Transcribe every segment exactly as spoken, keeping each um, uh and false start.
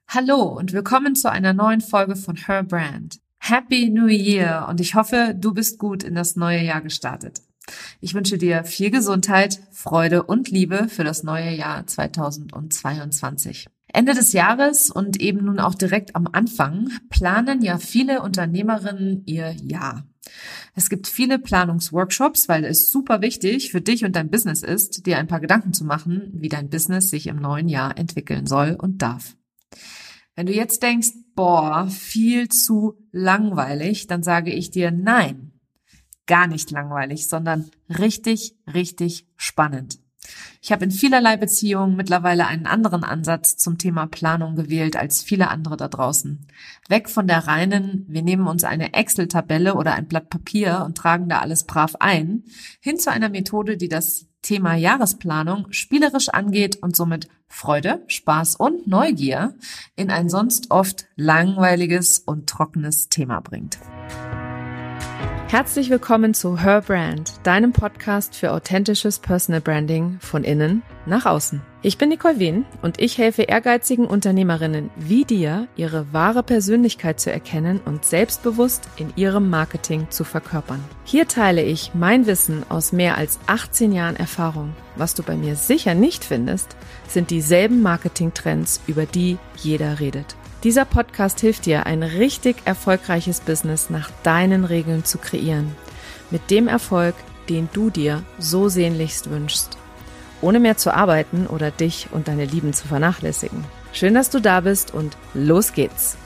Hallo und willkommen zu einer neuen Folge von Her Brand. Happy New Year und ich hoffe, du bist gut in das neue Jahr gestartet. Ich wünsche dir viel Gesundheit, Freude und Liebe für das neue Jahr zweitausendzweiundzwanzig. Ende des Jahres und eben nun auch direkt am Anfang planen ja viele Unternehmerinnen ihr Jahr. Es gibt viele Planungsworkshops, weil es super wichtig für dich und dein Business ist, dir ein paar Gedanken zu machen, wie dein Business sich im neuen Jahr entwickeln soll und darf. Wenn du jetzt denkst, boah, viel zu langweilig, dann sage ich dir nein, gar nicht langweilig, sondern richtig, richtig spannend. Ich habe in vielerlei Beziehungen mittlerweile einen anderen Ansatz zum Thema Planung gewählt als viele andere da draußen. Weg von der reinen, wir nehmen uns eine Excel-Tabelle oder ein Blatt Papier und tragen da alles brav ein, hin zu einer Methode, die das Thema Jahresplanung spielerisch angeht und somit Freude, Spaß und Neugier in ein sonst oft langweiliges und trockenes Thema bringt. Herzlich willkommen zu Her Brand, deinem Podcast für authentisches Personal Branding von innen nach außen. Ich bin Nicole Wehn und ich helfe ehrgeizigen Unternehmerinnen wie dir, ihre wahre Persönlichkeit zu erkennen und selbstbewusst in ihrem Marketing zu verkörpern. Hier teile ich mein Wissen aus mehr als achtzehn Jahren Erfahrung. Was du bei mir sicher nicht findest, sind dieselben Marketingtrends, über die jeder redet. Dieser Podcast hilft dir, ein richtig erfolgreiches Business nach deinen Regeln zu kreieren. Mit dem Erfolg, den du dir so sehnlichst wünschst. Ohne mehr zu arbeiten oder dich und deine Lieben zu vernachlässigen. Schön, dass du da bist und los geht's!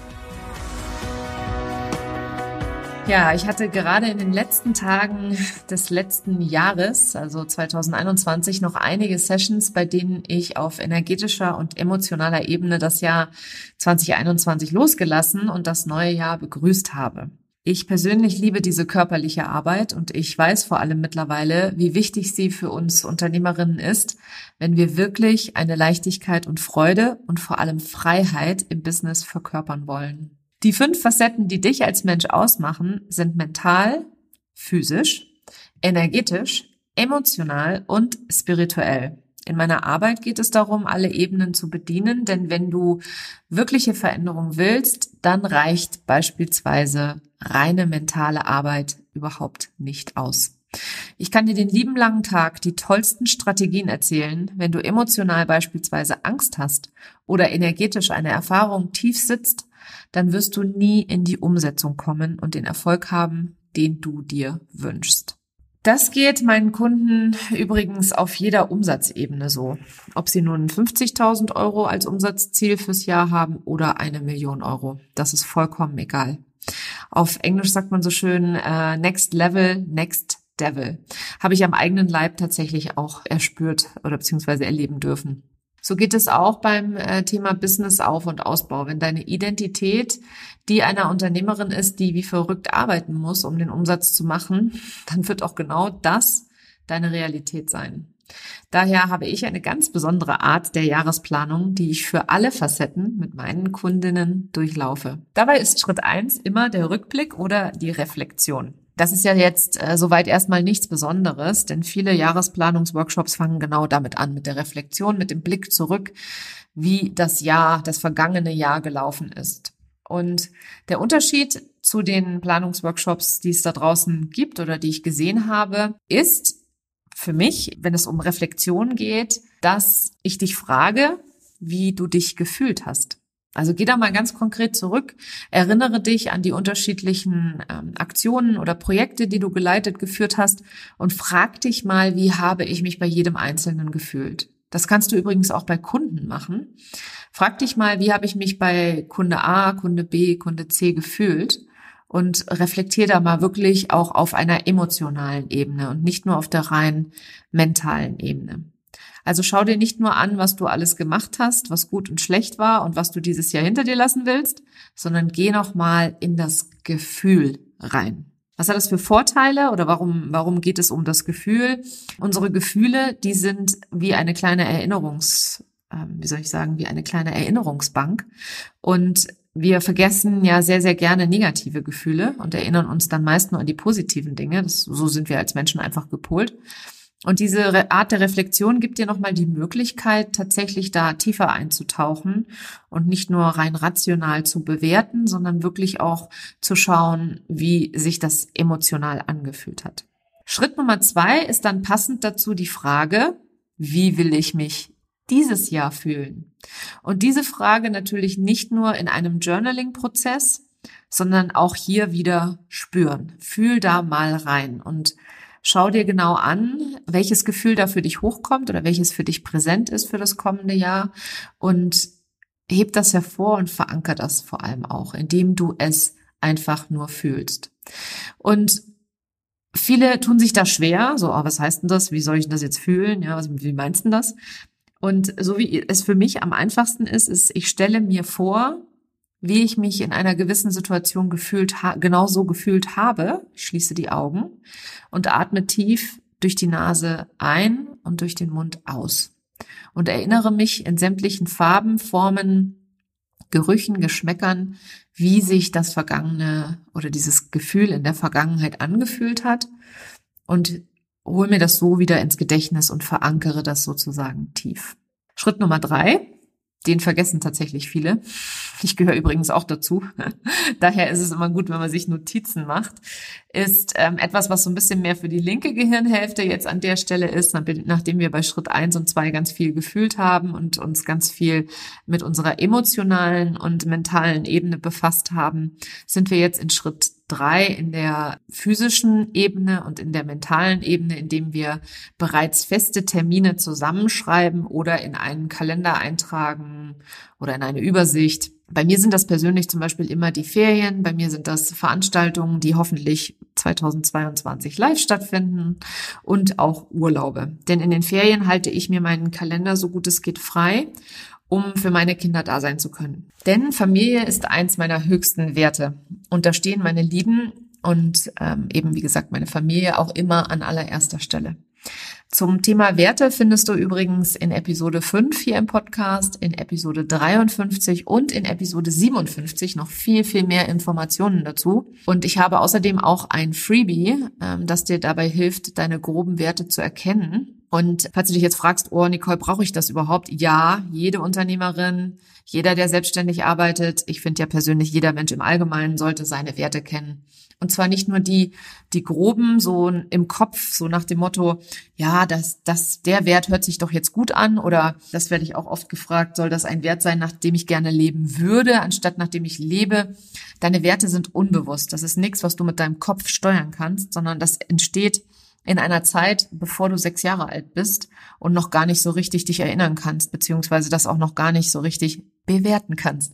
Ja, ich hatte gerade in den letzten Tagen des letzten Jahres, also zweitausendeinundzwanzig, noch einige Sessions, bei denen ich auf energetischer und emotionaler Ebene das Jahr zweitausendeinundzwanzig losgelassen und das neue Jahr begrüßt habe. Ich persönlich liebe diese körperliche Arbeit und ich weiß vor allem mittlerweile, wie wichtig sie für uns Unternehmerinnen ist, wenn wir wirklich eine Leichtigkeit und Freude und vor allem Freiheit im Business verkörpern wollen. Die fünf Facetten, die dich als Mensch ausmachen, sind mental, physisch, energetisch, emotional und spirituell. In meiner Arbeit geht es darum, alle Ebenen zu bedienen, denn wenn du wirkliche Veränderung willst, dann reicht beispielsweise reine mentale Arbeit überhaupt nicht aus. Ich kann dir den lieben langen Tag die tollsten Strategien erzählen, wenn du emotional beispielsweise Angst hast oder energetisch eine Erfahrung tief sitzt, dann wirst du nie in die Umsetzung kommen und den Erfolg haben, den du dir wünschst. Das geht meinen Kunden übrigens auf jeder Umsatzebene so. Ob sie nun fünfzigtausend Euro als Umsatzziel fürs Jahr haben oder eine Million Euro. Das ist vollkommen egal. Auf Englisch sagt man so schön, uh, next level, next devil. Habe ich am eigenen Leib tatsächlich auch erspürt oder beziehungsweise erleben dürfen. So geht es auch beim äh, Thema Business Auf- und Ausbau. Wenn deine Identität die einer Unternehmerin ist, die wie verrückt arbeiten muss, um den Umsatz zu machen, dann wird auch genau das deine Realität sein. Daher habe ich eine ganz besondere Art der Jahresplanung, die ich für alle Facetten mit meinen Kundinnen durchlaufe. Dabei ist Schritt eins immer der Rückblick oder die Reflexion. Das ist ja jetzt äh, soweit erstmal nichts Besonderes, denn viele Jahresplanungsworkshops fangen genau damit an, mit der Reflexion, mit dem Blick zurück, wie das Jahr, das vergangene Jahr gelaufen ist. Und der Unterschied zu den Planungsworkshops, die es da draußen gibt oder die ich gesehen habe, ist für mich, wenn es um Reflexion geht, dass ich dich frage, wie du dich gefühlt hast. Also geh da mal ganz konkret zurück, erinnere dich an die unterschiedlichen ähm, Aktionen oder Projekte, die du geleitet, geführt hast und frag dich mal, wie habe ich mich bei jedem Einzelnen gefühlt. Das kannst du übrigens auch bei Kunden machen. Frag dich mal, wie habe ich mich bei Kunde A, Kunde B, Kunde C gefühlt und reflektier da mal wirklich auch auf einer emotionalen Ebene und nicht nur auf der rein mentalen Ebene. Also schau dir nicht nur an, was du alles gemacht hast, was gut und schlecht war und was du dieses Jahr hinter dir lassen willst, sondern geh noch mal in das Gefühl rein. Was hat das für Vorteile oder warum, warum geht es um das Gefühl? Unsere Gefühle, die sind wie eine kleine Erinnerungs, äh, wie soll ich sagen, wie eine kleine Erinnerungsbank. Und wir vergessen ja sehr, sehr gerne negative Gefühle und erinnern uns dann meist nur an die positiven Dinge. Das, so sind wir als Menschen einfach gepolt. Und diese Art der Reflexion gibt dir nochmal die Möglichkeit, tatsächlich da tiefer einzutauchen und nicht nur rein rational zu bewerten, sondern wirklich auch zu schauen, wie sich das emotional angefühlt hat. Schritt Nummer zwei ist dann passend dazu die Frage, wie will ich mich dieses Jahr fühlen? Und diese Frage natürlich nicht nur in einem Journaling-Prozess, sondern auch hier wieder spüren. Fühl da mal rein und schau dir genau an, welches Gefühl da für dich hochkommt oder welches für dich präsent ist für das kommende Jahr und heb das hervor und veranker das vor allem auch, indem du es einfach nur fühlst. Und viele tun sich da schwer, so, oh, was heißt denn das? Wie soll ich denn das jetzt fühlen? Ja, was, wie meinst du denn das? Und so wie es für mich am einfachsten ist, ist, ich stelle mir vor, wie ich mich in einer gewissen Situation gefühlt ha- genau so gefühlt habe. Ich schließe die Augen und atme tief durch die Nase ein und durch den Mund aus. Und erinnere mich in sämtlichen Farben, Formen, Gerüchen, Geschmäckern, wie sich das Vergangene oder dieses Gefühl in der Vergangenheit angefühlt hat und hol mir das so wieder ins Gedächtnis und verankere das sozusagen tief. Schritt Nummer drei. Den vergessen tatsächlich viele. Ich gehöre übrigens auch dazu. Daher ist es immer gut, wenn man sich Notizen macht. Ist ähm, etwas, was so ein bisschen mehr für die linke Gehirnhälfte jetzt an der Stelle ist, nachdem wir bei Schritt eins und zwei ganz viel gefühlt haben und uns ganz viel mit unserer emotionalen und mentalen Ebene befasst haben, sind wir jetzt in Schritt drei in der physischen Ebene und in der mentalen Ebene, indem wir bereits feste Termine zusammenschreiben oder in einen Kalender eintragen oder in eine Übersicht. Bei mir sind das persönlich zum Beispiel immer die Ferien. Bei mir sind das Veranstaltungen, die hoffentlich zweitausendzweiundzwanzig live stattfinden und auch Urlaube. Denn in den Ferien halte ich mir meinen Kalender so gut es geht frei, um für meine Kinder da sein zu können. Denn Familie ist eins meiner höchsten Werte. Und da stehen meine Lieben und ähm, eben, wie gesagt, meine Familie auch immer an allererster Stelle. Zum Thema Werte findest du übrigens in Episode fünf hier im Podcast, in Episode dreiundfünfzig und in Episode siebenundfünfzig noch viel, viel mehr Informationen dazu. Und ich habe außerdem auch ein Freebie, ähm, das dir dabei hilft, deine groben Werte zu erkennen. Und falls du dich jetzt fragst, oh Nicole, brauche ich das überhaupt? Ja, jede Unternehmerin, jeder, der selbstständig arbeitet, ich finde ja persönlich, jeder Mensch im Allgemeinen sollte seine Werte kennen. Und zwar nicht nur die, die groben, so im Kopf, so nach dem Motto, ja, das, das, der Wert hört sich doch jetzt gut an, oder das werde ich auch oft gefragt, soll das ein Wert sein, nach dem ich gerne leben würde, anstatt nach dem ich lebe? Deine Werte sind unbewusst. Das ist nichts, was du mit deinem Kopf steuern kannst, sondern das entsteht in einer Zeit, bevor du sechs Jahre alt bist und noch gar nicht so richtig dich erinnern kannst, beziehungsweise das auch noch gar nicht so richtig bewerten kannst.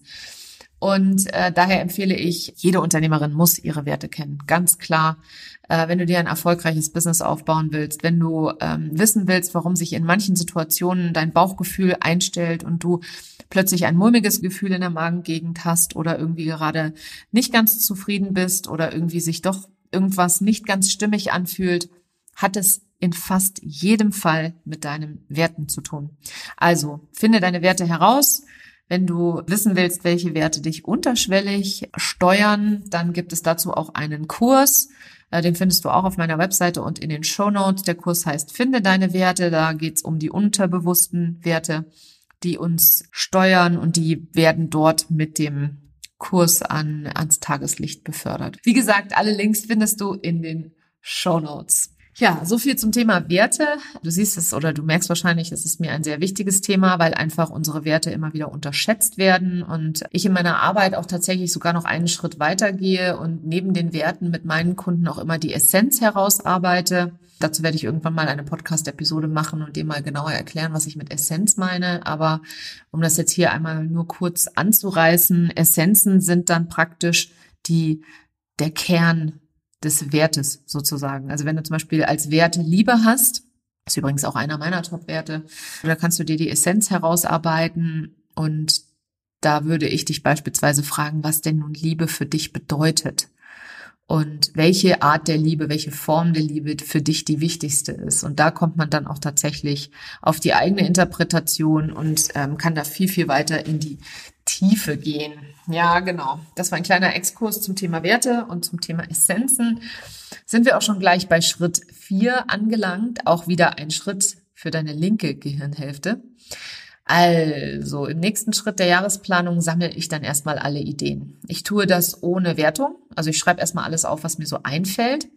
Und äh, daher empfehle ich, jede Unternehmerin muss ihre Werte kennen. Ganz klar, äh, wenn du dir ein erfolgreiches Business aufbauen willst, wenn du ähm, wissen willst, warum sich in manchen Situationen dein Bauchgefühl einstellt und du plötzlich ein mulmiges Gefühl in der Magengegend hast oder irgendwie gerade nicht ganz zufrieden bist oder irgendwie sich doch irgendwas nicht ganz stimmig anfühlt, hat es in fast jedem Fall mit deinen Werten zu tun. Also, finde deine Werte heraus. Wenn du wissen willst, welche Werte dich unterschwellig steuern, dann gibt es dazu auch einen Kurs. Den findest du auch auf meiner Webseite und in den Shownotes. Der Kurs heißt Finde deine Werte. Da geht es um die unterbewussten Werte, die uns steuern, und die werden dort mit dem Kurs an, ans Tageslicht befördert. Wie gesagt, alle Links findest du in den Shownotes. Ja, so viel zum Thema Werte. Du siehst es oder du merkst wahrscheinlich, es ist mir ein sehr wichtiges Thema, weil einfach unsere Werte immer wieder unterschätzt werden und ich in meiner Arbeit auch tatsächlich sogar noch einen Schritt weiter gehe und neben den Werten mit meinen Kunden auch immer die Essenz herausarbeite. Dazu werde ich irgendwann mal eine Podcast-Episode machen und dir mal genauer erklären, was ich mit Essenz meine. Aber um das jetzt hier einmal nur kurz anzureißen, Essenzen sind dann praktisch die, der Kern des Wertes sozusagen. Also wenn du zum Beispiel als Wert Liebe hast, ist übrigens auch einer meiner Top-Werte, da kannst du dir die Essenz herausarbeiten, und da würde ich dich beispielsweise fragen, was denn nun Liebe für dich bedeutet. und welche Art der Liebe, welche Form der Liebe für dich die wichtigste ist. Und da kommt man dann auch tatsächlich auf die eigene Interpretation und ähm, kann da viel, viel weiter in die Tiefe gehen. Ja, genau. Das war ein kleiner Exkurs zum Thema Werte und zum Thema Essenzen. Sind wir auch schon gleich bei Schritt vier angelangt. Auch wieder ein Schritt für deine linke Gehirnhälfte. Also im nächsten Schritt der Jahresplanung sammle ich dann erstmal alle Ideen. Ich tue das ohne Wertung. Also ich schreibe erstmal alles auf, was mir so einfällt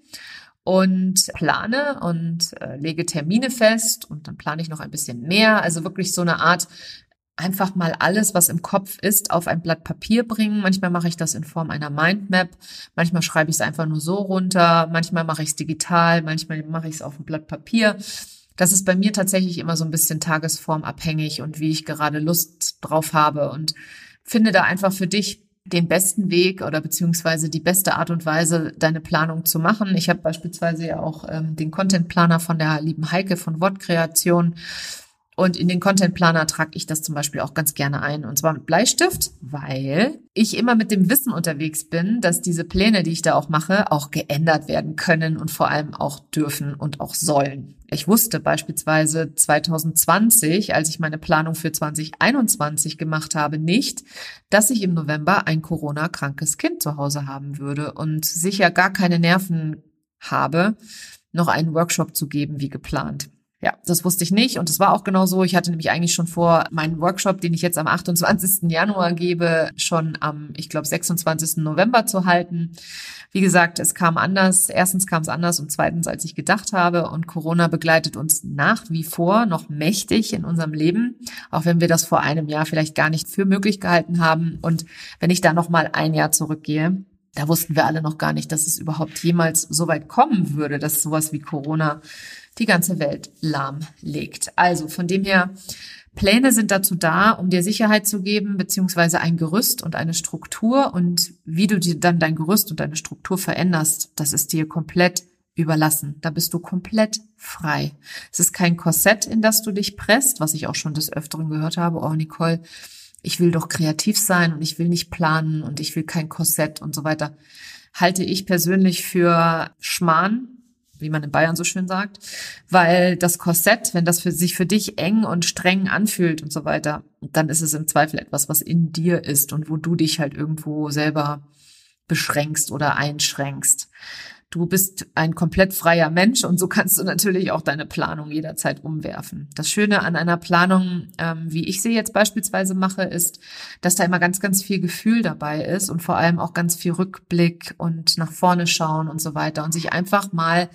und plane und äh, lege Termine fest und dann plane ich noch ein bisschen mehr. Also wirklich so eine Art, einfach mal alles, was im Kopf ist, auf ein Blatt Papier bringen. Manchmal mache ich das in Form einer Mindmap. Manchmal schreibe ich es einfach nur so runter. Manchmal mache ich es digital. Manchmal mache ich es auf ein Blatt Papier. Das ist bei mir tatsächlich immer so ein bisschen tagesformabhängig und wie ich gerade Lust drauf habe und finde da einfach für dich den besten Weg oder beziehungsweise die beste Art und Weise, deine Planung zu machen. Ich habe beispielsweise ja auch ähm, den Content-Planer von der lieben Heike von Wortkreation. Und in den Content-Planer trage ich das zum Beispiel auch ganz gerne ein. Und zwar mit Bleistift, weil ich immer mit dem Wissen unterwegs bin, dass diese Pläne, die ich da auch mache, auch geändert werden können und vor allem auch dürfen und auch sollen. Ich wusste beispielsweise zwanzig zwanzig, als ich meine Planung für zwanzig einundzwanzig gemacht habe, nicht, dass ich im November ein Corona-krankes Kind zu Hause haben würde und sicher gar keine Nerven habe, noch einen Workshop zu geben wie geplant. Ja, das wusste ich nicht und es war auch genau so. Ich hatte nämlich eigentlich schon vor, meinen Workshop, den ich jetzt am achtundzwanzigsten Januar gebe, schon am, ich glaube, sechsundzwanzigsten November zu halten. Wie gesagt, es kam anders. Erstens kam es anders und zweitens, als ich gedacht habe. Und Corona begleitet uns nach wie vor noch mächtig in unserem Leben, auch wenn wir das vor einem Jahr vielleicht gar nicht für möglich gehalten haben. Und wenn ich da noch mal ein Jahr zurückgehe, da wussten wir alle noch gar nicht, dass es überhaupt jemals so weit kommen würde, dass sowas wie Corona die ganze Welt lahmlegt. Also von dem her, Pläne sind dazu da, um dir Sicherheit zu geben, beziehungsweise ein Gerüst und eine Struktur. Und wie du dir dann dein Gerüst und deine Struktur veränderst, das ist dir komplett überlassen. Da bist du komplett frei. Es ist kein Korsett, in das du dich presst, was ich auch schon des Öfteren gehört habe. Oh, Nicole, ich will doch kreativ sein und ich will nicht planen und ich will kein Korsett und so weiter. Halte ich persönlich für Schmarrn, wie man in Bayern so schön sagt, weil das Korsett, wenn das für sich für dich eng und streng anfühlt und so weiter, dann ist es im Zweifel etwas, was in dir ist und wo du dich halt irgendwo selber beschränkst oder einschränkst. Du bist ein komplett freier Mensch und so kannst du natürlich auch deine Planung jederzeit umwerfen. Das Schöne an einer Planung, ähm, wie ich sie jetzt beispielsweise mache, ist, dass da immer ganz, ganz viel Gefühl dabei ist und vor allem auch ganz viel Rückblick und nach vorne schauen und so weiter und sich einfach mal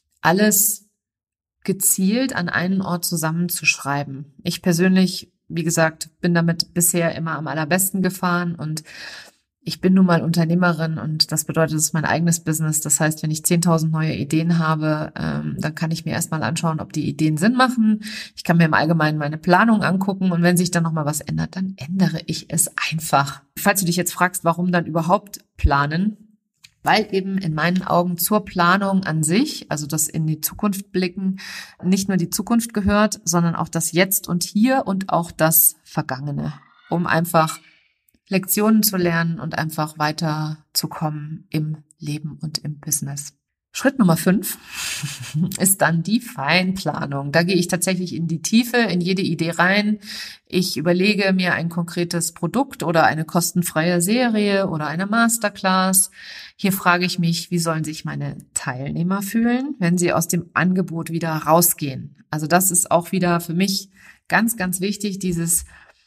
alles gezielt an einen Ort zusammenzuschreiben. Ich persönlich, wie gesagt, bin damit bisher immer am allerbesten gefahren und ich bin nun mal Unternehmerin und das bedeutet, es ist mein eigenes Business. Das heißt, wenn ich zehntausend neue Ideen habe, ähm, dann kann ich mir erstmal anschauen, ob die Ideen Sinn machen. Ich kann mir im Allgemeinen meine Planung angucken und wenn sich dann nochmal was ändert, dann ändere ich es einfach. Falls du dich jetzt fragst, warum dann überhaupt planen, weil eben in meinen Augen zur Planung an sich, also das in die Zukunft blicken, nicht nur die Zukunft gehört, sondern auch das Jetzt und Hier und auch das Vergangene, um einfach Lektionen zu lernen und einfach weiterzukommen im Leben und im Business. Schritt Nummer fünf ist dann die Feinplanung. Da gehe ich tatsächlich in die Tiefe, in jede Idee rein. Ich überlege mir ein konkretes Produkt oder eine kostenfreie Serie oder eine Masterclass. Hier frage ich mich, wie sollen sich meine Teilnehmer fühlen, wenn sie aus dem Angebot wieder rausgehen? Also das ist auch wieder für mich ganz, ganz wichtig, dieses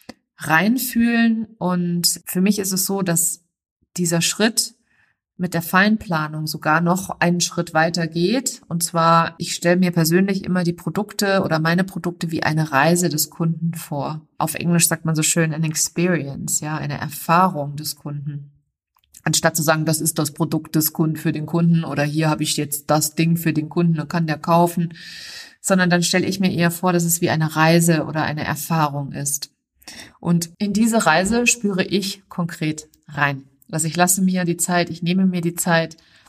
reinfühlen. Und für mich ist es so, dass dieser Schritt mit der Feinplanung sogar noch einen Schritt weiter geht. Und zwar, ich stelle mir persönlich immer die Produkte oder meine Produkte wie eine Reise des Kunden vor. Auf Englisch sagt man so schön an Experience, ja, eine Erfahrung des Kunden. Anstatt zu sagen, das ist das Produkt des Kunden für den Kunden oder hier habe ich jetzt das Ding für den Kunden und kann der kaufen, sondern dann stelle ich mir eher vor, dass es wie eine Reise oder eine Erfahrung ist. Und in diese Reise spüre ich konkret rein. Also ich lasse mir die Zeit, ich nehme mir die Zeit,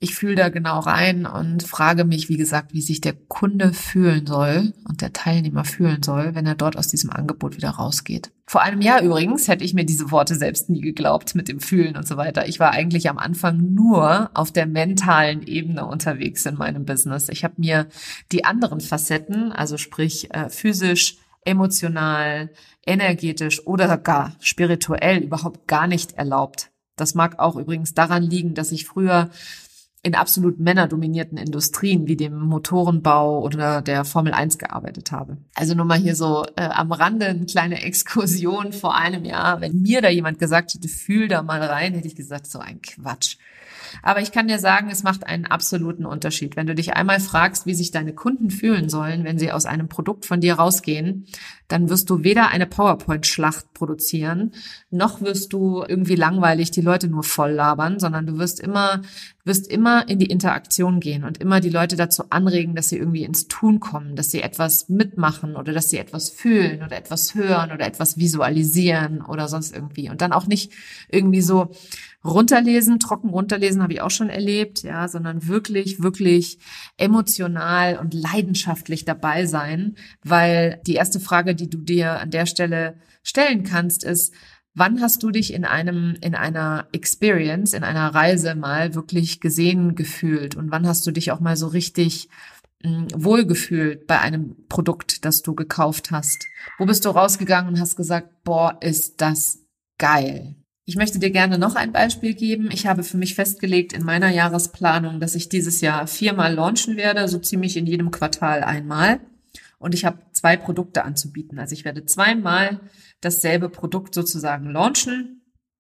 Ich fühle da genau rein und frage mich, wie gesagt, wie sich der Kunde fühlen soll und der Teilnehmer fühlen soll, wenn er dort aus diesem Angebot wieder rausgeht. Vor einem Jahr übrigens hätte ich mir diese Worte selbst nie geglaubt mit dem Fühlen und so weiter. Ich war eigentlich am Anfang nur auf der mentalen Ebene unterwegs in meinem Business. Ich habe mir die anderen Facetten, also sprich äh, physisch, emotional, energetisch oder gar spirituell überhaupt gar nicht erlaubt. Das mag auch übrigens daran liegen, dass ich früher in absolut männerdominierten Industrien wie dem Motorenbau oder der Formel eins gearbeitet habe. Also nur mal hier so äh, am Rande eine kleine Exkursion vor einem Jahr. Wenn mir da jemand gesagt hätte, fühl da mal rein, hätte ich gesagt, so ein Quatsch. Aber ich kann dir sagen, es macht einen absoluten Unterschied. Wenn du dich einmal fragst, wie sich deine Kunden fühlen sollen, wenn sie aus einem Produkt von dir rausgehen, dann wirst du weder eine PowerPoint-Schlacht produzieren, noch wirst du irgendwie langweilig die Leute nur voll labern, sondern du wirst immer, wirst immer in die Interaktion gehen und immer die Leute dazu anregen, dass sie irgendwie ins Tun kommen, dass sie etwas mitmachen oder dass sie etwas fühlen oder etwas hören oder etwas visualisieren oder sonst irgendwie. Und dann auch nicht irgendwie so runterlesen, trocken runterlesen habe ich auch schon erlebt, ja, sondern wirklich, wirklich emotional und leidenschaftlich dabei sein, weil die erste Frage, die du dir an der Stelle stellen kannst, ist, wann hast du dich in einem, in einer Experience, in einer Reise mal wirklich gesehen gefühlt und wann hast du dich auch mal so richtig mh, wohlgefühlt bei einem Produkt, das du gekauft hast? Wo bist du rausgegangen und hast gesagt, boah, ist das geil? Ich möchte dir gerne noch ein Beispiel geben. Ich habe für mich festgelegt in meiner Jahresplanung, dass ich dieses Jahr viermal launchen werde, so ziemlich in jedem Quartal einmal. Und ich habe zwei Produkte anzubieten. Also ich werde zweimal dasselbe Produkt sozusagen launchen.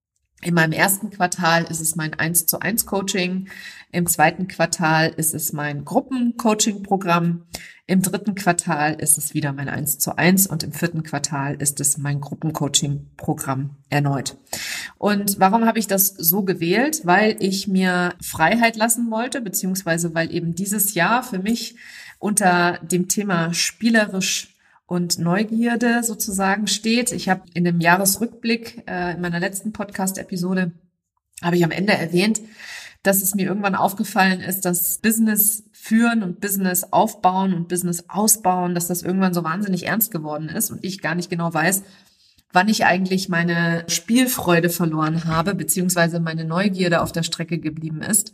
In meinem ersten Quartal ist es mein eins zu eins Coaching. Im zweiten Quartal ist es mein Gruppencoaching-Programm. Im dritten Quartal ist es wieder mein eins zu eins und im vierten Quartal ist es mein Gruppencoaching-Programm erneut. Und warum habe ich das so gewählt? Weil ich mir Freiheit lassen wollte, beziehungsweise weil eben dieses Jahr für mich unter dem Thema spielerisch und Neugierde sozusagen steht. Ich habe in dem Jahresrückblick, äh, in meiner letzten Podcast-Episode, habe ich am Ende erwähnt, dass es mir irgendwann aufgefallen ist, dass Business führen und Business aufbauen und Business ausbauen, dass das irgendwann so wahnsinnig ernst geworden ist und ich gar nicht genau weiß, wann ich eigentlich meine Spielfreude verloren habe, beziehungsweise meine Neugierde auf der Strecke geblieben ist.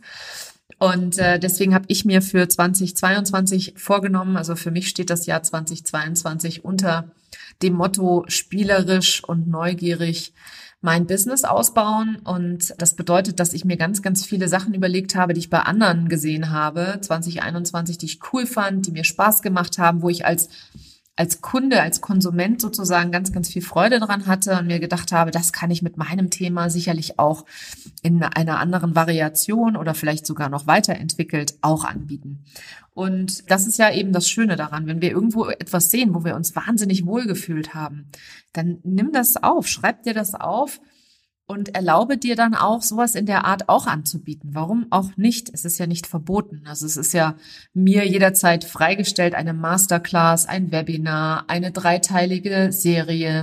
Und äh, deswegen habe ich mir für zweitausendzweiundzwanzig vorgenommen, also für mich steht das Jahr zweitausendzweiundzwanzig unter dem Motto spielerisch und neugierig mein Business ausbauen. Und das bedeutet, dass ich mir ganz, ganz viele Sachen überlegt habe, die ich bei anderen gesehen habe, zwanzig einundzwanzig, die ich cool fand, die mir Spaß gemacht haben, wo ich als als Kunde, als Konsument sozusagen ganz, ganz viel Freude dran hatte und mir gedacht habe, das kann ich mit meinem Thema sicherlich auch in einer anderen Variation oder vielleicht sogar noch weiterentwickelt auch anbieten. Und das ist ja eben das Schöne daran, wenn wir irgendwo etwas sehen, wo wir uns wahnsinnig wohlgefühlt haben, dann nimm das auf, schreib dir das auf und erlaube dir dann auch, sowas in der Art auch anzubieten. Warum auch nicht? Es ist ja nicht verboten. Also es ist ja mir jederzeit freigestellt, eine Masterclass, ein Webinar, eine dreiteilige Serie,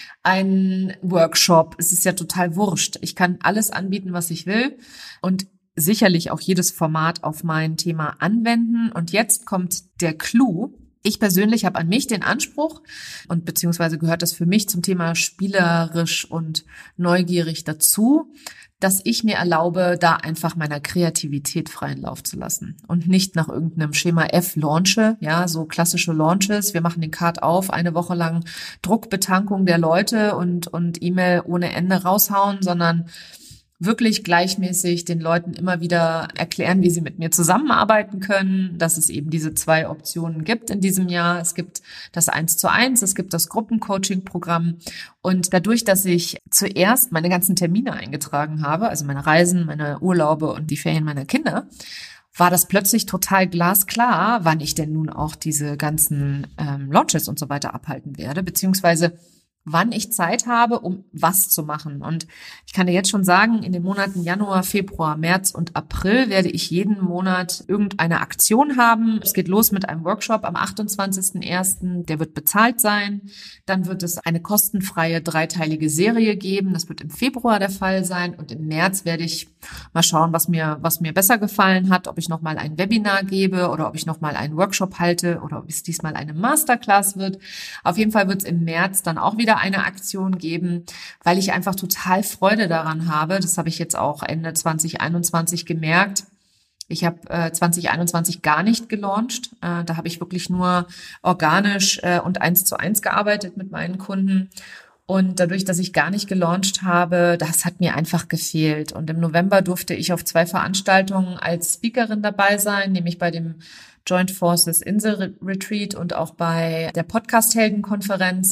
ein Workshop. Es ist ja total wurscht. Ich kann alles anbieten, was ich will und sicherlich auch jedes Format auf mein Thema anwenden. Und jetzt kommt der Clou. Ich persönlich habe an mich den Anspruch und beziehungsweise gehört das für mich zum Thema spielerisch und neugierig dazu, dass ich mir erlaube, da einfach meiner Kreativität freien Lauf zu lassen und nicht nach irgendeinem Schema F launche, ja, so klassische Launches. Wir machen den Card auf, eine Woche lang Druckbetankung der Leute und, und E-Mail ohne Ende raushauen, sondern wirklich gleichmäßig den Leuten immer wieder erklären, wie sie mit mir zusammenarbeiten können, dass es eben diese zwei Optionen gibt in diesem Jahr. Es gibt das eins zu eins, es gibt das Gruppencoaching-Programm und dadurch, dass ich zuerst meine ganzen Termine eingetragen habe, also meine Reisen, meine Urlaube und die Ferien meiner Kinder, war das plötzlich total glasklar, wann ich denn nun auch diese ganzen ähm, Launches und so weiter abhalten werde, beziehungsweise wann ich Zeit habe, um was zu machen. Und ich kann dir jetzt schon sagen, in den Monaten Januar, Februar, März und April werde ich jeden Monat irgendeine Aktion haben. Es geht los mit einem Workshop am achtundzwanzigsten ersten Der wird bezahlt sein. Dann wird es eine kostenfreie dreiteilige Serie geben. Das wird im Februar der Fall sein. Und im März werde ich mal schauen, was mir, was mir besser gefallen hat, ob ich nochmal ein Webinar gebe oder ob ich nochmal einen Workshop halte oder ob es diesmal eine Masterclass wird. Auf jeden Fall wird es im März dann auch wieder eine Aktion geben, weil ich einfach total Freude daran habe. Das habe ich jetzt auch Ende zwanzig einundzwanzig gemerkt. Ich habe äh, zwanzig einundzwanzig gar nicht gelauncht. Äh, da habe ich wirklich nur organisch äh, und eins zu eins gearbeitet mit meinen Kunden. Und dadurch, dass ich gar nicht gelauncht habe, das hat mir einfach gefehlt. Und im November durfte ich auf zwei Veranstaltungen als Speakerin dabei sein, nämlich bei dem Joint Forces Insel Retreat und auch bei der Podcast-Helden-Konferenz.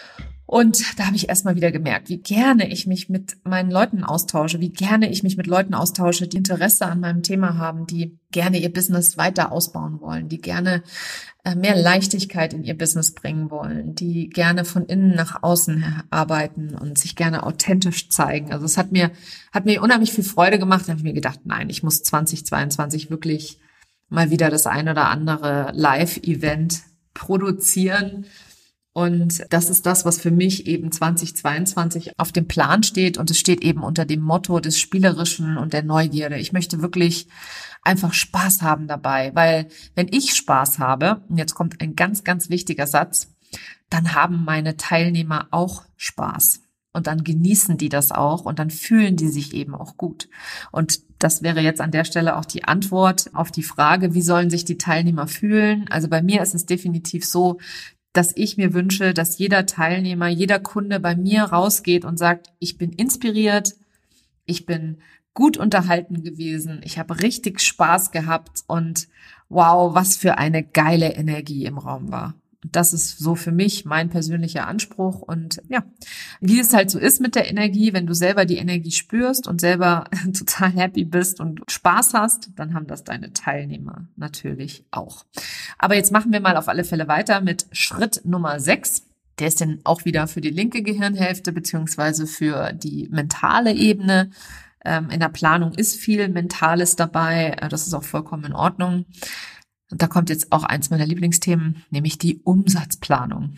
Und da habe ich erstmal wieder gemerkt, wie gerne ich mich mit meinen Leuten austausche, wie gerne ich mich mit Leuten austausche, die Interesse an meinem Thema haben, die gerne ihr Business weiter ausbauen wollen, die gerne mehr Leichtigkeit in ihr Business bringen wollen, die gerne von innen nach außen arbeiten und sich gerne authentisch zeigen. Also es hat mir, hat mir unheimlich viel Freude gemacht. Da habe ich mir gedacht, nein, ich muss zwanzig zweiundzwanzig wirklich mal wieder das ein oder andere Live-Event produzieren. Und das ist das, was für mich eben zwanzig zweiundzwanzig auf dem Plan steht. Und es steht eben unter dem Motto des Spielerischen und der Neugierde. Ich möchte wirklich einfach Spaß haben dabei, weil wenn ich Spaß habe, und jetzt kommt ein ganz, ganz wichtiger Satz, dann haben meine Teilnehmer auch Spaß. Und dann genießen die das auch und dann fühlen die sich eben auch gut. Und das wäre jetzt an der Stelle auch die Antwort auf die Frage, wie sollen sich die Teilnehmer fühlen? Also bei mir ist es definitiv so, dass ich mir wünsche, dass jeder Teilnehmer, jeder Kunde bei mir rausgeht und sagt, ich bin inspiriert, ich bin gut unterhalten gewesen, ich habe richtig Spaß gehabt und wow, was für eine geile Energie im Raum war. Und das ist so für mich mein persönlicher Anspruch und ja, wie es halt so ist mit der Energie, wenn du selber die Energie spürst und selber total happy bist und Spaß hast, dann haben das deine Teilnehmer natürlich auch. Aber jetzt machen wir mal auf alle Fälle weiter mit Schritt Nummer sechs. Der ist dann auch wieder für die linke Gehirnhälfte beziehungsweise für die mentale Ebene. In der Planung ist viel Mentales dabei, das ist auch vollkommen in Ordnung. Und da kommt jetzt auch eins meiner Lieblingsthemen, nämlich die Umsatzplanung.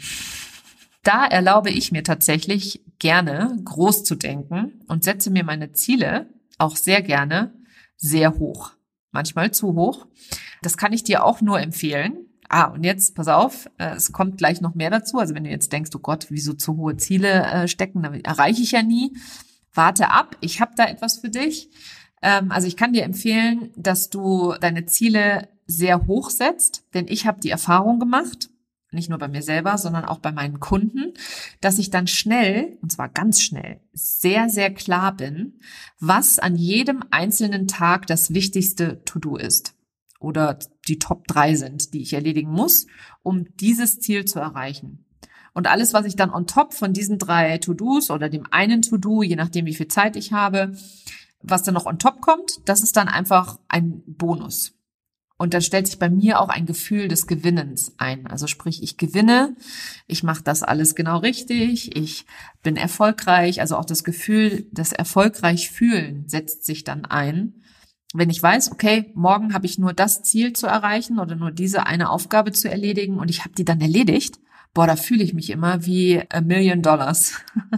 Da erlaube ich mir tatsächlich gerne, groß zu denken und setze mir meine Ziele auch sehr gerne sehr hoch. Manchmal zu hoch. Das kann ich dir auch nur empfehlen. Ah, und jetzt, pass auf, es kommt gleich noch mehr dazu. Also wenn du jetzt denkst, oh Gott, wieso zu hohe Ziele stecken, damit erreiche ich ja nie. Warte ab, ich habe da etwas für dich. Also ich kann dir empfehlen, dass du deine Ziele sehr hoch setzt, denn ich habe die Erfahrung gemacht, nicht nur bei mir selber, sondern auch bei meinen Kunden, dass ich dann schnell, und zwar ganz schnell, sehr, sehr klar bin, was an jedem einzelnen Tag das wichtigste To-Do ist oder die Top drei sind, die ich erledigen muss, um dieses Ziel zu erreichen. Und alles, was ich dann on top von diesen drei To-Dos oder dem einen To-Do, je nachdem wie viel Zeit ich habe, was dann noch on top kommt, das ist dann einfach ein Bonus. Und dann stellt sich bei mir auch ein Gefühl des Gewinnens ein. Also sprich, ich gewinne, ich mache das alles genau richtig, ich bin erfolgreich. Also auch das Gefühl, das erfolgreich fühlen setzt sich dann ein. Wenn ich weiß, okay, morgen habe ich nur das Ziel zu erreichen oder nur diese eine Aufgabe zu erledigen und ich habe die dann erledigt, boah, da fühle ich mich immer wie a million dollars.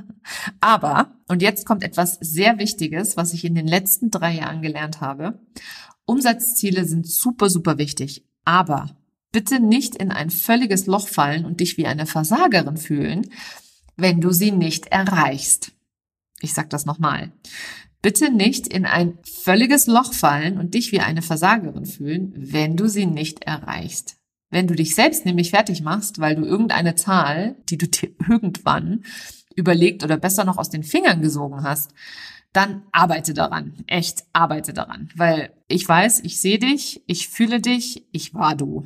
Aber, und jetzt kommt etwas sehr Wichtiges, was ich in den letzten drei Jahren gelernt habe. Umsatzziele sind super, super wichtig, aber bitte nicht in ein völliges Loch fallen und dich wie eine Versagerin fühlen, wenn du sie nicht erreichst. Ich sag das nochmal. Bitte nicht in ein völliges Loch fallen und dich wie eine Versagerin fühlen, wenn du sie nicht erreichst. Wenn du dich selbst nämlich fertig machst, weil du irgendeine Zahl, die du dir irgendwann überlegt oder besser noch aus den Fingern gesogen hast, dann arbeite daran. Echt, arbeite daran. Weil ich weiß, ich sehe dich, ich fühle dich, ich war du.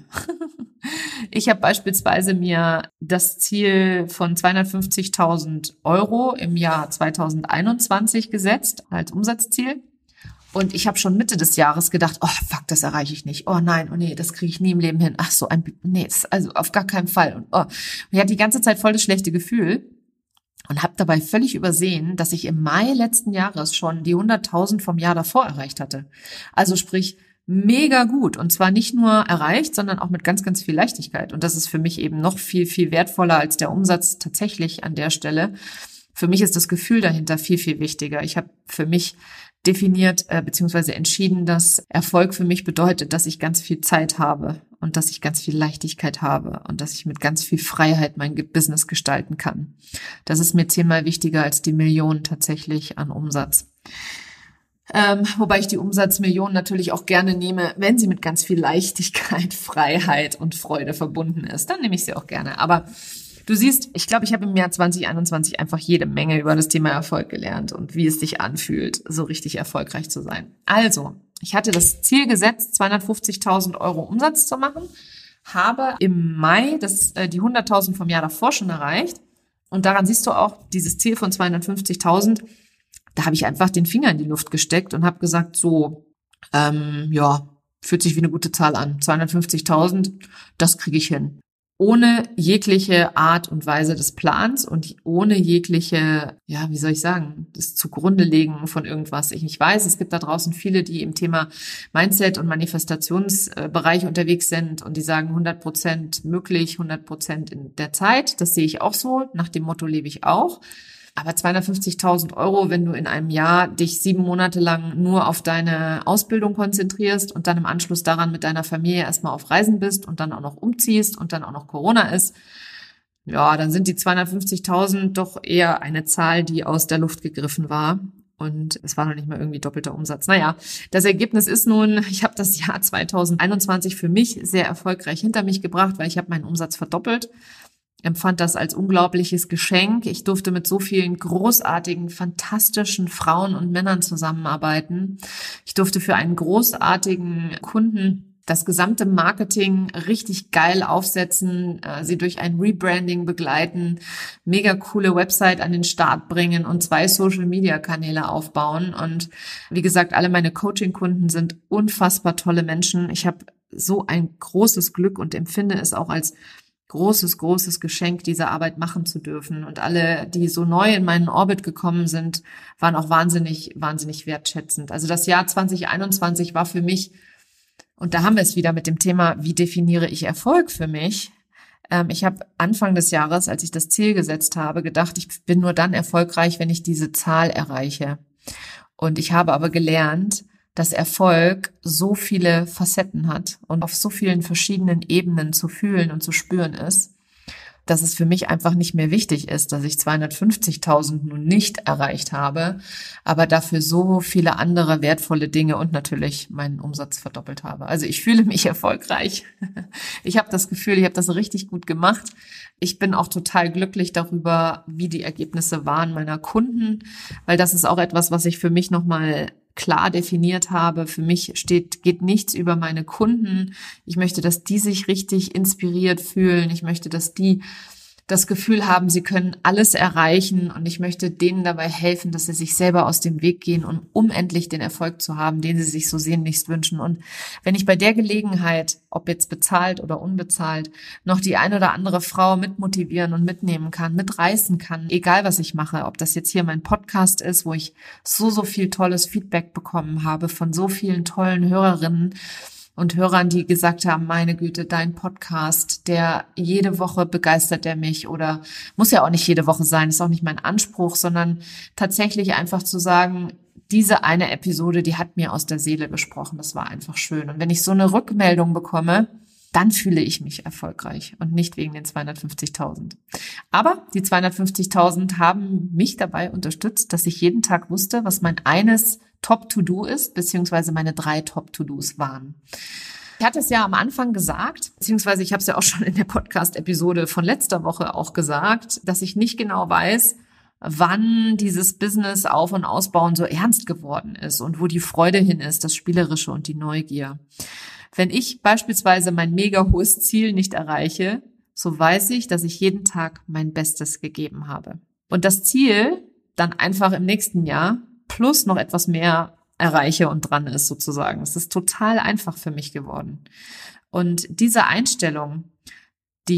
Ich habe beispielsweise mir das Ziel von zweihundertfünfzigtausend Euro im Jahr zweitausendeinundzwanzig gesetzt als Umsatzziel. Und ich habe schon Mitte des Jahres gedacht, oh fuck, das erreiche ich nicht. Oh nein, oh nee, das kriege ich nie im Leben hin. Ach so, ein, nee, das, also auf gar keinen Fall. Und oh, ich hatte die ganze Zeit voll das schlechte Gefühl. und habe dabei völlig übersehen, dass ich im Mai letzten Jahres schon die hunderttausend vom Jahr davor erreicht hatte. Also sprich, mega gut. Und zwar nicht nur erreicht, sondern auch mit ganz, ganz viel Leichtigkeit. Und das ist für mich eben noch viel, viel wertvoller als der Umsatz tatsächlich an der Stelle. Für mich ist das Gefühl dahinter viel, viel wichtiger. Ich habe für mich definiert äh, bzw. entschieden, dass Erfolg für mich bedeutet, dass ich ganz viel Zeit habe und dass ich ganz viel Leichtigkeit habe und dass ich mit ganz viel Freiheit mein Business gestalten kann. Das ist mir zehnmal wichtiger als die Millionen tatsächlich an Umsatz. Ähm, wobei ich die Umsatzmillionen natürlich auch gerne nehme, wenn sie mit ganz viel Leichtigkeit, Freiheit und Freude verbunden ist. Dann nehme ich sie auch gerne. Aber du siehst, ich glaube, ich habe im Jahr zwanzig einundzwanzig einfach jede Menge über das Thema Erfolg gelernt und wie es sich anfühlt, so richtig erfolgreich zu sein. Also, ich hatte das Ziel gesetzt, zweihundertfünfzigtausend Euro Umsatz zu machen, habe im Mai das, äh, die hunderttausend vom Jahr davor schon erreicht. Und daran siehst du auch, dieses Ziel von zweihundertfünfzigtausend, da habe ich einfach den Finger in die Luft gesteckt und habe gesagt, so, ähm, ja, fühlt sich wie eine gute Zahl an. zweihundertfünfzigtausend, das kriege ich hin. Ohne jegliche Art und Weise des Plans und ohne jegliche, ja, wie soll ich sagen, das zugrunde legen von irgendwas. Ich nicht weiß, es gibt da draußen viele, die im Thema Mindset und Manifestationsbereich unterwegs sind und die sagen hundert Prozent möglich, hundert Prozent in der Zeit. Das sehe ich auch so. Nach dem Motto lebe ich auch. Aber zweihundertfünfzigtausend Euro, wenn du in einem Jahr dich sieben Monate lang nur auf deine Ausbildung konzentrierst und dann im Anschluss daran mit deiner Familie erstmal auf Reisen bist und dann auch noch umziehst und dann auch noch Corona ist, ja, dann sind die zweihundertfünfzigtausend doch eher eine Zahl, die aus der Luft gegriffen war. Und es war noch nicht mal irgendwie doppelter Umsatz. Naja, das Ergebnis ist nun, ich habe das Jahr zweitausendeinundzwanzig für mich sehr erfolgreich hinter mich gebracht, weil ich habe meinen Umsatz verdoppelt. Empfand das als unglaubliches Geschenk. Ich durfte mit so vielen großartigen, fantastischen Frauen und Männern zusammenarbeiten. Ich durfte für einen großartigen Kunden das gesamte Marketing richtig geil aufsetzen, sie durch ein Rebranding begleiten, mega coole Website an den Start bringen und zwei Social-Media-Kanäle aufbauen. Und wie gesagt, alle meine Coaching-Kunden sind unfassbar tolle Menschen. Ich habe so ein großes Glück und empfinde es auch als großes, großes Geschenk, diese Arbeit machen zu dürfen. Und alle, die so neu in meinen Orbit gekommen sind, waren auch wahnsinnig, wahnsinnig wertschätzend. Also das Jahr zwanzig einundzwanzig war für mich, und da haben wir es wieder mit dem Thema, wie definiere ich Erfolg für mich? Ähm, ich habe Anfang des Jahres, als ich das Ziel gesetzt habe, gedacht, ich bin nur dann erfolgreich, wenn ich diese Zahl erreiche. Und ich habe aber gelernt, dass Erfolg so viele Facetten hat und auf so vielen verschiedenen Ebenen zu fühlen und zu spüren ist, dass es für mich einfach nicht mehr wichtig ist, dass ich zweihundertfünfzigtausend nun nicht erreicht habe, aber dafür so viele andere wertvolle Dinge und natürlich meinen Umsatz verdoppelt habe. Also ich fühle mich erfolgreich. Ich habe das Gefühl, ich habe das richtig gut gemacht. Ich bin auch total glücklich darüber, wie die Ergebnisse waren meiner Kunden, weil das ist auch etwas, was ich für mich nochmal klar definiert habe. Für mich steht, geht nichts über meine Kunden. Ich möchte, dass die sich richtig inspiriert fühlen. Ich möchte, dass die das Gefühl haben, sie können alles erreichen und ich möchte denen dabei helfen, dass sie sich selber aus dem Weg gehen und um endlich den Erfolg zu haben, den sie sich so sehnlichst wünschen. Und wenn ich bei der Gelegenheit, ob jetzt bezahlt oder unbezahlt, noch die ein oder andere Frau mitmotivieren und mitnehmen kann, mitreißen kann, egal was ich mache, ob das jetzt hier mein Podcast ist, wo ich so, so viel tolles Feedback bekommen habe von so vielen tollen Hörerinnen und Hörern, die gesagt haben, meine Güte, dein Podcast, der jede Woche begeistert der mich, oder muss ja auch nicht jede Woche sein, ist auch nicht mein Anspruch, sondern tatsächlich einfach zu sagen, diese eine Episode, die hat mir aus der Seele gesprochen, das war einfach schön. Und wenn ich so eine Rückmeldung bekomme, dann fühle ich mich erfolgreich und nicht wegen den zweihundertfünfzigtausend. Aber die zweihundertfünfzigtausend haben mich dabei unterstützt, dass ich jeden Tag wusste, was mein eines Top-To-Do ist, beziehungsweise meine drei Top-To-Dos waren. Ich hatte es ja am Anfang gesagt, beziehungsweise ich habe es ja auch schon in der Podcast-Episode von letzter Woche auch gesagt, dass ich nicht genau weiß, wann dieses Business auf- und ausbauen so ernst geworden ist und wo die Freude hin ist, das Spielerische und die Neugier. Wenn ich beispielsweise mein mega hohes Ziel nicht erreiche, so weiß ich, dass ich jeden Tag mein Bestes gegeben habe. Und das Ziel dann einfach im nächsten Jahr plus noch etwas mehr erreiche und dran ist sozusagen. Es ist total einfach für mich geworden. Und diese Einstellung, die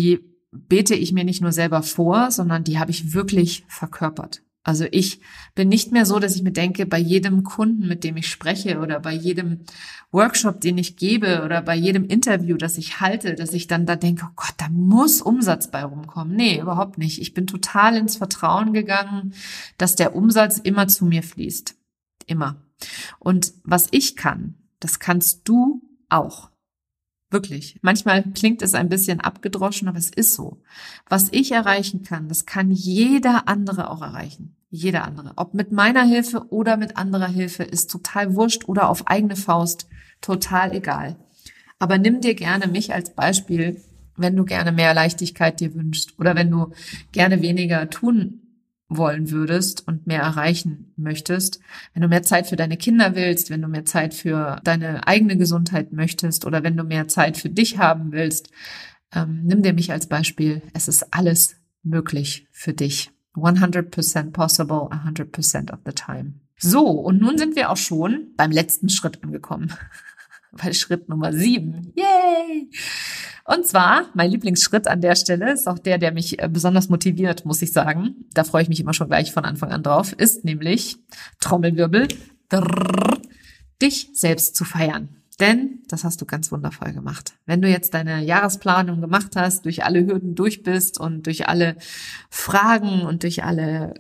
bete ich mir nicht nur selber vor, sondern die habe ich wirklich verkörpert. Also ich bin nicht mehr so, dass ich mir denke, bei jedem Kunden, mit dem ich spreche oder bei jedem Workshop, den ich gebe oder bei jedem Interview, das ich halte, dass ich dann da denke, oh Gott, da muss Umsatz bei rumkommen. Nee, überhaupt nicht. Ich bin total ins Vertrauen gegangen, dass der Umsatz immer zu mir fließt. Immer. Und was ich kann, das kannst du auch. Wirklich. Manchmal klingt es ein bisschen abgedroschen, aber es ist so. Was ich erreichen kann, das kann jeder andere auch erreichen. Jeder andere. Ob mit meiner Hilfe oder mit anderer Hilfe, ist total wurscht oder auf eigene Faust, total egal. Aber nimm dir gerne mich als Beispiel, wenn du gerne mehr Leichtigkeit dir wünschst oder wenn du gerne weniger tun wollen würdest und mehr erreichen möchtest, wenn du mehr Zeit für deine Kinder willst, wenn du mehr Zeit für deine eigene Gesundheit möchtest oder wenn du mehr Zeit für dich haben willst, ähm, nimm dir mich als Beispiel. Es ist alles möglich für dich. hundert percent possible, hundert percent of the time. So, und nun sind wir auch schon beim letzten Schritt angekommen. Bei Schritt Nummer sieben. Yay! Und zwar, mein Lieblingsschritt an der Stelle, ist auch der, der mich besonders motiviert, muss ich sagen. Da freue ich mich immer schon gleich von Anfang an drauf, ist nämlich, Trommelwirbel, drrr, dich selbst zu feiern. Denn das hast du ganz wundervoll gemacht. Wenn du jetzt deine Jahresplanung gemacht hast, durch alle Hürden durch bist und durch alle Fragen und durch alle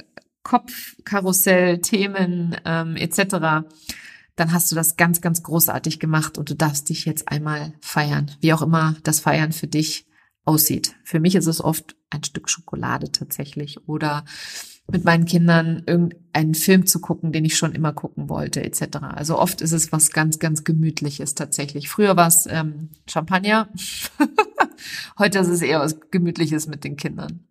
Kopfkarussell-Themen ähm, et cetera, dann hast du das ganz, ganz großartig gemacht und du darfst dich jetzt einmal feiern, wie auch immer das Feiern für dich aussieht. Für mich ist es oft ein Stück Schokolade tatsächlich oder mit meinen Kindern irgendeinen Film zu gucken, den ich schon immer gucken wollte et cetera. Also oft ist es was ganz, ganz Gemütliches tatsächlich. Früher war es ähm, Champagner, heute ist es eher was Gemütliches mit den Kindern.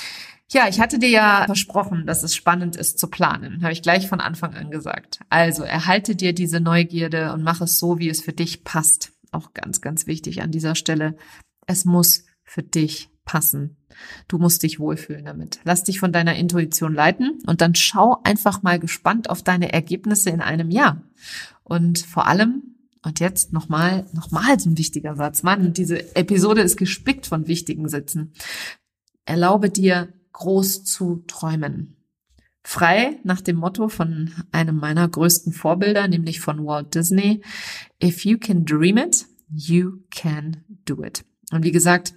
Ja, ich hatte dir ja versprochen, dass es spannend ist zu planen. Habe ich gleich von Anfang an gesagt. Also erhalte dir diese Neugierde und mach es so, wie es für dich passt. Auch ganz, ganz wichtig an dieser Stelle. Es muss für dich passen. Du musst dich wohlfühlen damit. Lass dich von deiner Intuition leiten und dann schau einfach mal gespannt auf deine Ergebnisse in einem Jahr. Und vor allem, und jetzt nochmal, nochmal so ein wichtiger Satz. Mann, diese Episode ist gespickt von wichtigen Sätzen. Erlaube dir, groß zu träumen. Frei nach dem Motto von einem meiner größten Vorbilder, nämlich von Walt Disney. If you can dream it, you can do it. Und wie gesagt,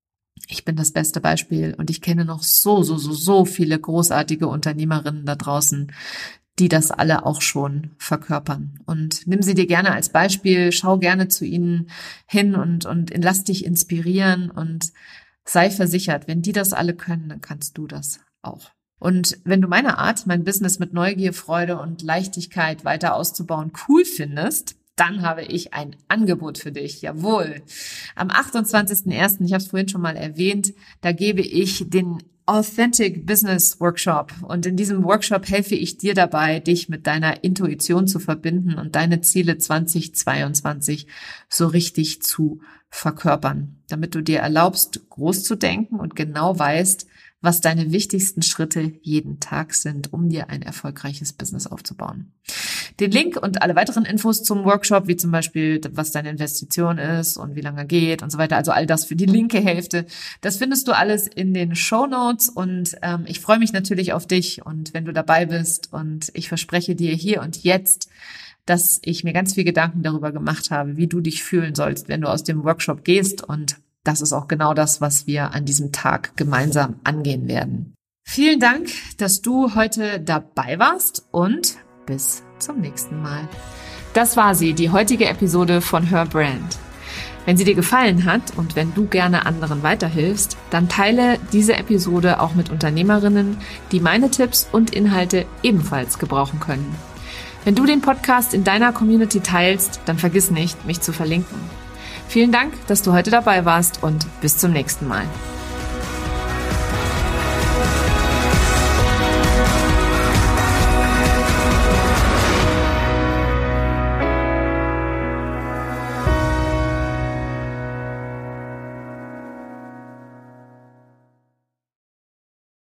ich bin das beste Beispiel und ich kenne noch so, so, so, so viele großartige Unternehmerinnen da draußen, die das alle auch schon verkörpern. Und nimm sie dir gerne als Beispiel, schau gerne zu ihnen hin und, und lass dich inspirieren und sei versichert, wenn die das alle können, dann kannst du das auch. Und wenn du meine Art, mein Business mit Neugier, Freude und Leichtigkeit weiter auszubauen, cool findest, dann habe ich ein Angebot für dich. Jawohl. Am achtundzwanzigsten ersten, ich habe es vorhin schon mal erwähnt, da gebe ich den Authentic Business Workshop. Und in diesem Workshop helfe ich dir dabei, dich mit deiner Intuition zu verbinden und deine Ziele zweitausendzweiundzwanzig so richtig zu verkörpern, damit du dir erlaubst, groß zu denken und genau weißt, was deine wichtigsten Schritte jeden Tag sind, um dir ein erfolgreiches Business aufzubauen. Den Link und alle weiteren Infos zum Workshop, wie zum Beispiel, was deine Investition ist und wie lange er geht und so weiter, also all das für die linke Hälfte, das findest du alles in den Shownotes und ähm, ich freue mich natürlich auf dich und wenn du dabei bist und ich verspreche dir hier und jetzt, dass ich mir ganz viel Gedanken darüber gemacht habe, wie du dich fühlen sollst, wenn du aus dem Workshop gehst und das ist auch genau das, was wir an diesem Tag gemeinsam angehen werden. Vielen Dank, dass du heute dabei warst und bis zum nächsten Mal. Das war sie, die heutige Episode von Her Brand. Wenn sie dir gefallen hat und wenn du gerne anderen weiterhilfst, dann teile diese Episode auch mit Unternehmerinnen, die meine Tipps und Inhalte ebenfalls gebrauchen können. Wenn du den Podcast in deiner Community teilst, dann vergiss nicht, mich zu verlinken. Vielen Dank, dass du heute dabei warst und bis zum nächsten Mal.